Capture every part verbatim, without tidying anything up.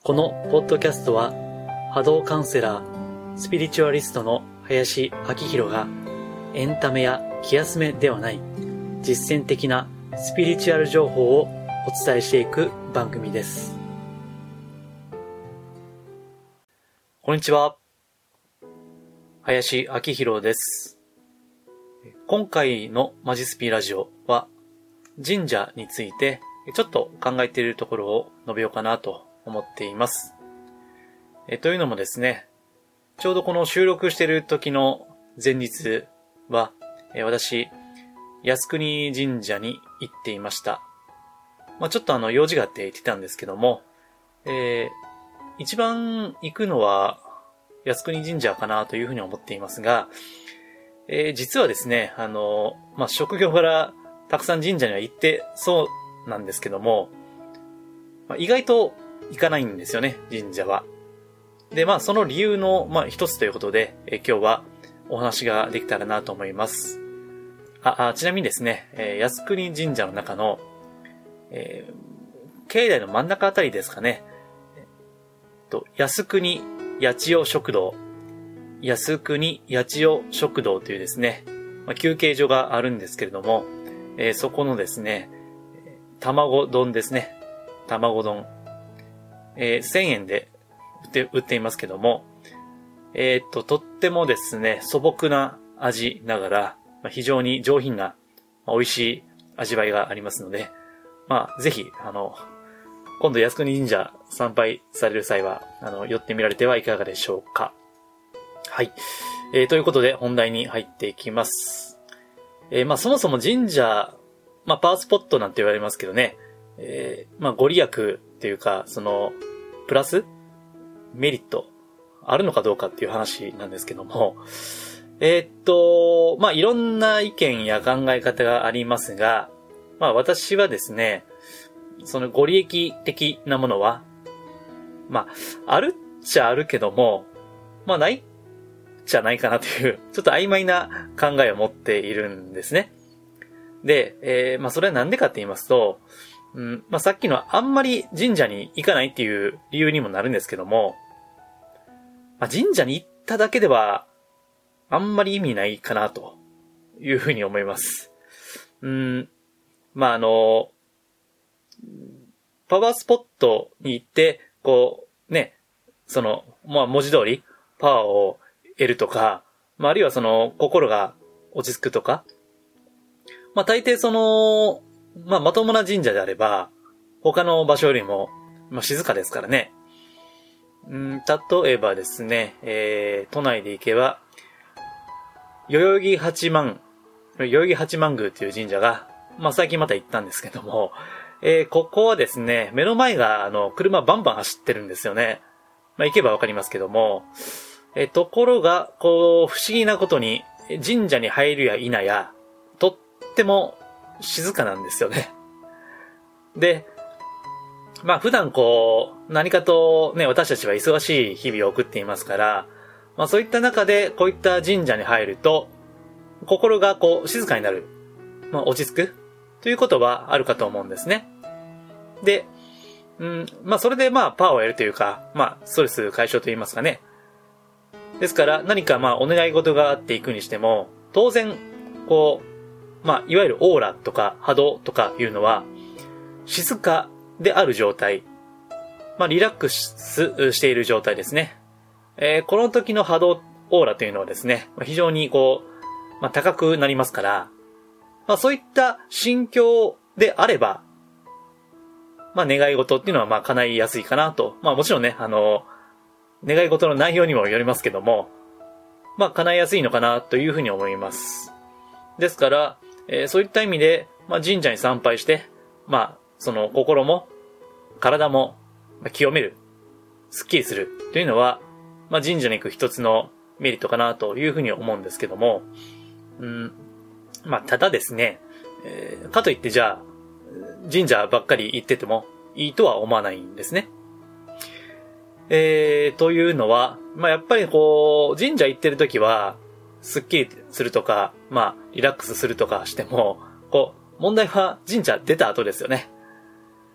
このポッドキャストは波動カウンセラー、スピリチュアリストの林明宏がエンタメや気休めではない実践的なスピリチュアル情報をお伝えしていく番組です。こんにちは。林明宏です。今回のマジスピラジオは神社についてちょっと考えているところを述べようかなと思っています。えというのもですね、ちょうどこの収録している時の前日は、え私、靖国神社に行っていました。まあ、ちょっとあの用事があって行ってたんですけども、えー、一番行くのは靖国神社かなというふうに思っていますが、えー、実はですね、あの、まあ、職業柄たくさん神社には行ってそうなんですけども、まあ、意外と行かないんですよね、神社は。で、まあその理由の、まあ一つということで、え今日はお話ができたらなと思います。あ、あちなみにですね、えー、靖国神社の中の、えー、境内の真ん中あたりですかね、えっと、靖国八千代食堂、靖国八千代食堂というですね、まあ、休憩所があるんですけれども、えー、そこのですね、卵丼ですね、卵丼。えー、せんえんで売って、売っていますけども、えー、っと、とってもですね、素朴な味ながら、まあ、非常に上品な、まあ、美味しい味わいがありますので、まあ、ぜひ、あの、今度靖国神社参拝される際は、あの、寄ってみられてはいかがでしょうか。はい。えー、ということで、本題に入っていきます。えー、まあ、そもそも神社、まあ、パワースポットなんて言われますけどね、えー、まあ、ご利益っていうか、その、プラスメリットあるのかどうかっていう話なんですけども、えー、っと、まあ、いろんな意見や考え方がありますが、まあ、私はですね、そのご利益的なものは、まあ、あるっちゃあるけども、まあ、ないっちゃないかなという、ちょっと曖昧な考えを持っているんですね。で、えー、まあ、それはなんでかって言いますと、うん、まあ、さっきのあんまり神社に行かないっていう理由にもなるんですけども、まあ、神社に行っただけではあんまり意味ないかなというふうに思います。うん、まあ、あの、パワースポットに行って、こう、ね、その、まあ、文字通りパワーを得るとか、まあ、あるいはその、心が落ち着くとか、まあ、大抵その、まあ、まともな神社であれば、他の場所よりも、まあ、静かですからね。うん、例えばですね、えー、都内で行けば、代々木八幡、代々木八幡宮っていう神社が、まあ、最近また行ったんですけども、えー、ここはですね、目の前が、あの、車バンバン走ってるんですよね。まあ、行けばわかりますけども、えー、ところが、こう、不思議なことに、神社に入るや否や、とっても、静かなんですよね。で、まあ普段こう、何かとね、私たちは忙しい日々を送っていますから、まあそういった中でこういった神社に入ると、心がこう静かになる。まあ落ち着くということはあるかと思うんですね。で、うん、まあそれでまあパワーを得るというか、まあストレス解消といいますかね。ですから何かまあお願い事があっていくにしても、当然、こう、まあ、いわゆるオーラとか波動とかいうのは、静かである状態。まあ、リラックスしている状態ですね。えー、この時の波動、オーラというのはですね、非常にこう、まあ、高くなりますから、まあ、そういった心境であれば、まあ、願い事っていうのはまあ、叶いやすいかなと。まあ、もちろんね、あの、願い事の内容にもよりますけども、まあ、叶いやすいのかなというふうに思います。ですから、えー、そういった意味で、まあ、神社に参拝して、まあ、その心も体も清める、スッキリするというのは、まあ、神社に行く一つのメリットかなというふうに思うんですけども、うん、まあ、ただですね、えー、かといってじゃあ、神社ばっかり行っててもいいとは思わないんですね。えー、というのは、まあ、やっぱりこう、神社行ってるときは、スッキリするとか、まあ、リラックスするとかしても、こう、問題は神社出た後ですよね。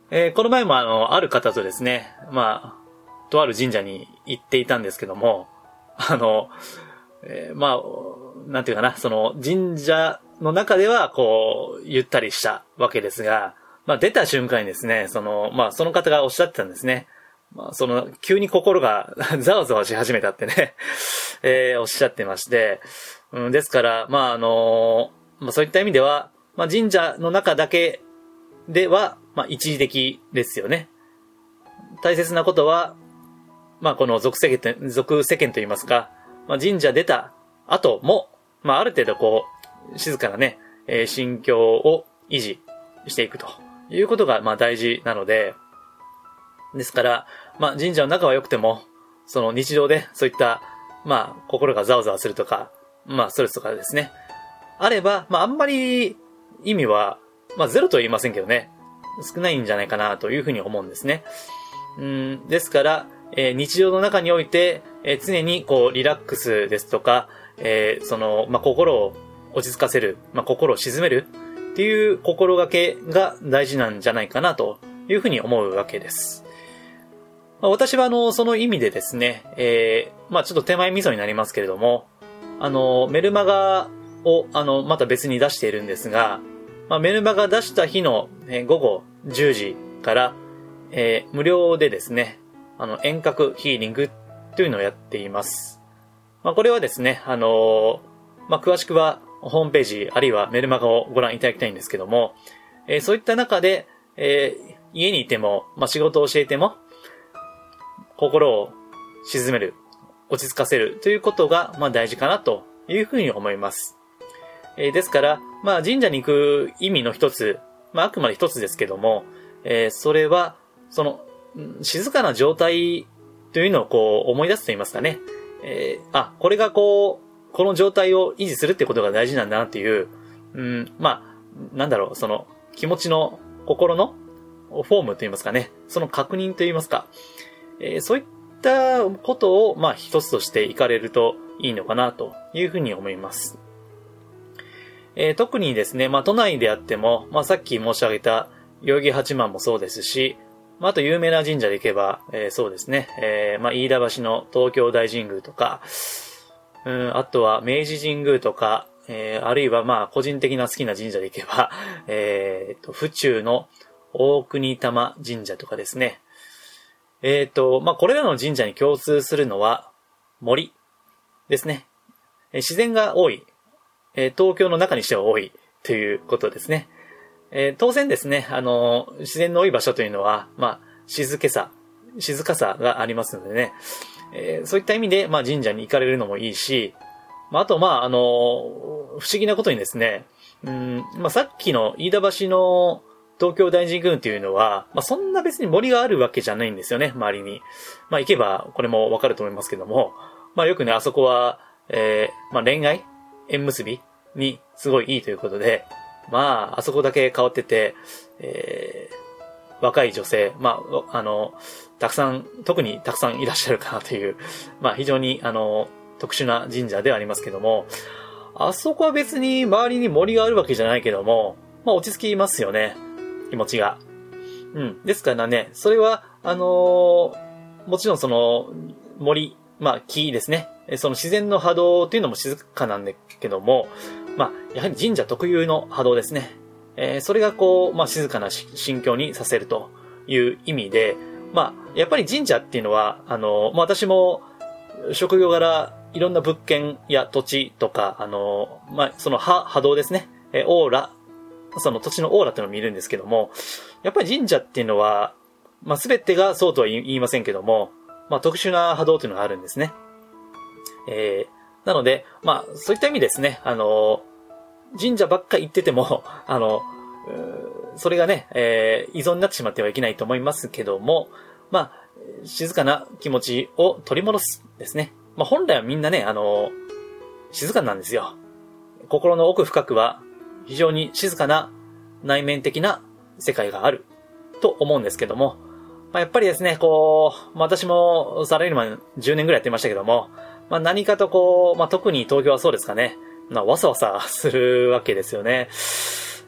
えー、この前もあの、ある方とですね、まあ、とある神社に行っていたんですけども、あの、えー、まあ、なんていうかな、その神社の中ではこう、ゆったりしたわけですが、まあ出た瞬間にですね、その、まあその方がおっしゃってたんですね。まあその、急に心がざわざわし始めたってね、えー、おっしゃってまして、うん、ですから、まああの、まあそういった意味では、まあ神社の中だけでは、まあ一時的ですよね。大切なことは、まあこの属世間、属世間といいますか、まあ神社出た後も、まあある程度こう、静かなね、えー、心境を維持していくということがまあ大事なので、ですから、まあ神社の中は良くても、その日常でそういった、まあ心がざわざわするとか、まあストレスとかですね、あれば、まああんまり意味は、まあゼロとは言いませんけどね、少ないんじゃないかなというふうに思うんですね。うん、ですから、えー、日常の中において、えー、常にこうリラックスですとか、えー、その、まあ、心を落ち着かせる、まあ、心を鎮めるっていう心がけが大事なんじゃないかなというふうに思うわけです。まあ、私はあの、その意味でですね、えー、まあ、ちょっと手前味噌になりますけれども、あの、メルマガを、あの、また別に出しているんですが、まあ、メルマガ出した日の、えー、午後じゅうじから、えー、無料でですね、あの、遠隔ヒーリングというのをやっています。まあ、これはですね、あのー、まあ、詳しくはホームページ、あるいはメルマガをご覧いただきたいんですけども、えー、そういった中で、えー、家にいても、まあ、仕事を教えても、心を鎮める、落ち着かせるということが、まあ、大事かなというふうに思います。えー、ですから、まあ、神社に行く意味の一つ、まあ、あくまで一つですけども、えー、それは、その、静かな状態というのをこう思い出すと言いますかね。えー、あ、これがこう、この状態を維持するってことが大事なんだなっていう、うん、まあ、なんだろう、その気持ちの、心のフォームと言いますかね。その確認と言いますか。えー、そういったことを、まあ一つとしていかれるといいのかなというふうに思います。えー、特にですね、まあ都内であっても、まあさっき申し上げた代々木八幡もそうですし、あと有名な神社で行けば、えー、そうですね、えー、まあ、飯田橋の東京大神宮とか、うん、あとは明治神宮とか、えー、あるいはまあ個人的な好きな神社で行けば、えーと、府中の大国玉神社とかですね。えーと、まあ、これらの神社に共通するのは森ですね。えー、自然が多い、えー、東京の中にしては多いということですね。えー、当然ですね、あのー、自然の多い場所というのは、まあ、静けさ、静かさがありますのでね、えー、そういった意味で、まあ、神社に行かれるのもいいし、まあ、あと、まあ、あのー、不思議なことにですね、うん、まあ、さっきの飯田橋の東京大神宮っていうのは、まあ、そんな別に森があるわけじゃないんですよね、周りに。まあ、行けば、これもわかると思いますけども、まあ、よくね、あそこは、えー、まあ、恋愛縁結びにすごいいいということで、まあ、あそこだけ変わってて、えー、若い女性、まあ、あの、たくさん、特にたくさんいらっしゃるかなという、まあ、非常に、あの、特殊な神社ではありますけども、あそこは別に周りに森があるわけじゃないけども、まあ、落ち着きますよね、気持ちが。うん。ですからね、それは、あのー、もちろんその、森、まあ、木ですね。その自然の波動っていうのも静かなんだけども、まあ、やはり神社特有の波動ですね。えー、それがこう、まあ、静かな心境にさせるという意味で、まあ、やっぱり神社っていうのは、あの、まあ、私も、職業柄、いろんな物件や土地とか、あの、まあ、その波、波動ですね。えー、オーラ、その土地のオーラっていうのを見るんですけども、やっぱり神社っていうのは、まあ、すべてがそうとは言いませんけども、まあ、特殊な波動っていうのがあるんですね。えー、なので、まあ、そういった意味ですね、あの、神社ばっか行ってても、あの、それがね、えー、依存になってしまってはいけないと思いますけども、まあ、静かな気持ちを取り戻すですね。まあ、本来はみんなね、あの、静かなんですよ。心の奥深くは非常に静かな内面的な世界があると思うんですけども、まあ、やっぱりですね、こう、まあ、私もサラリーマンじゅうねんぐらいやってましたけども、まあ、何かとこう、まあ、特に東京はそうですかね、まあ、わさわさするわけですよね。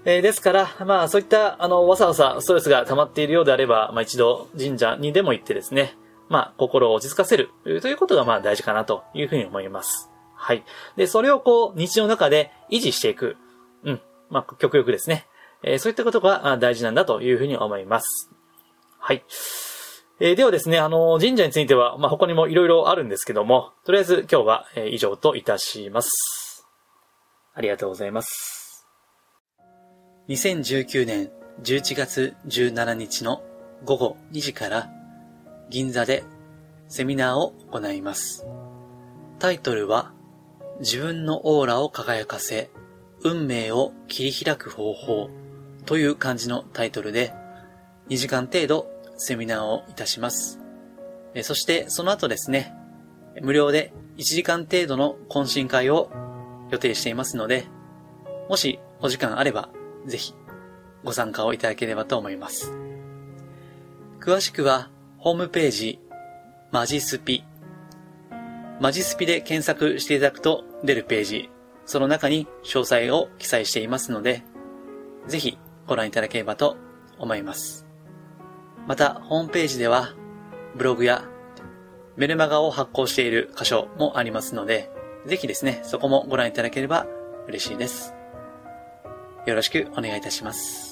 えー、ですから、まあそういった、あの、わさわさストレスが溜まっているようであれば、まあ一度神社にでも行ってですね、まあ心を落ち着かせるということがまあ大事かなというふうに思います。はい。で、それをこう、日常の中で維持していく。うん。まあ極力ですね。えー、そういったことが大事なんだというふうに思います。はい。えー、ではですね、あの、神社については、まあ他にもいろいろあるんですけども、とりあえず今日は以上といたします。ありがとうございます。にせんじゅうきゅうねんじゅういちがつじゅうしちにちのごごにじから銀座でセミナーを行います。タイトルは自分のオーラを輝かせ運命を切り開く方法という感じのタイトルでにじかん程度セミナーをいたします。そしてその後ですね、無料でいちじかん程度の懇親会を予定していますので、もしお時間あればぜひご参加をいただければと思います。詳しくはホームページマジスピマジスピで検索していただくと出るページ、その中に詳細を記載していますので、ぜひご覧いただければと思います。またホームページではブログやメルマガを発行している箇所もありますので、ぜひですね、そこもご覧いただければ嬉しいです。よろしくお願いいたします。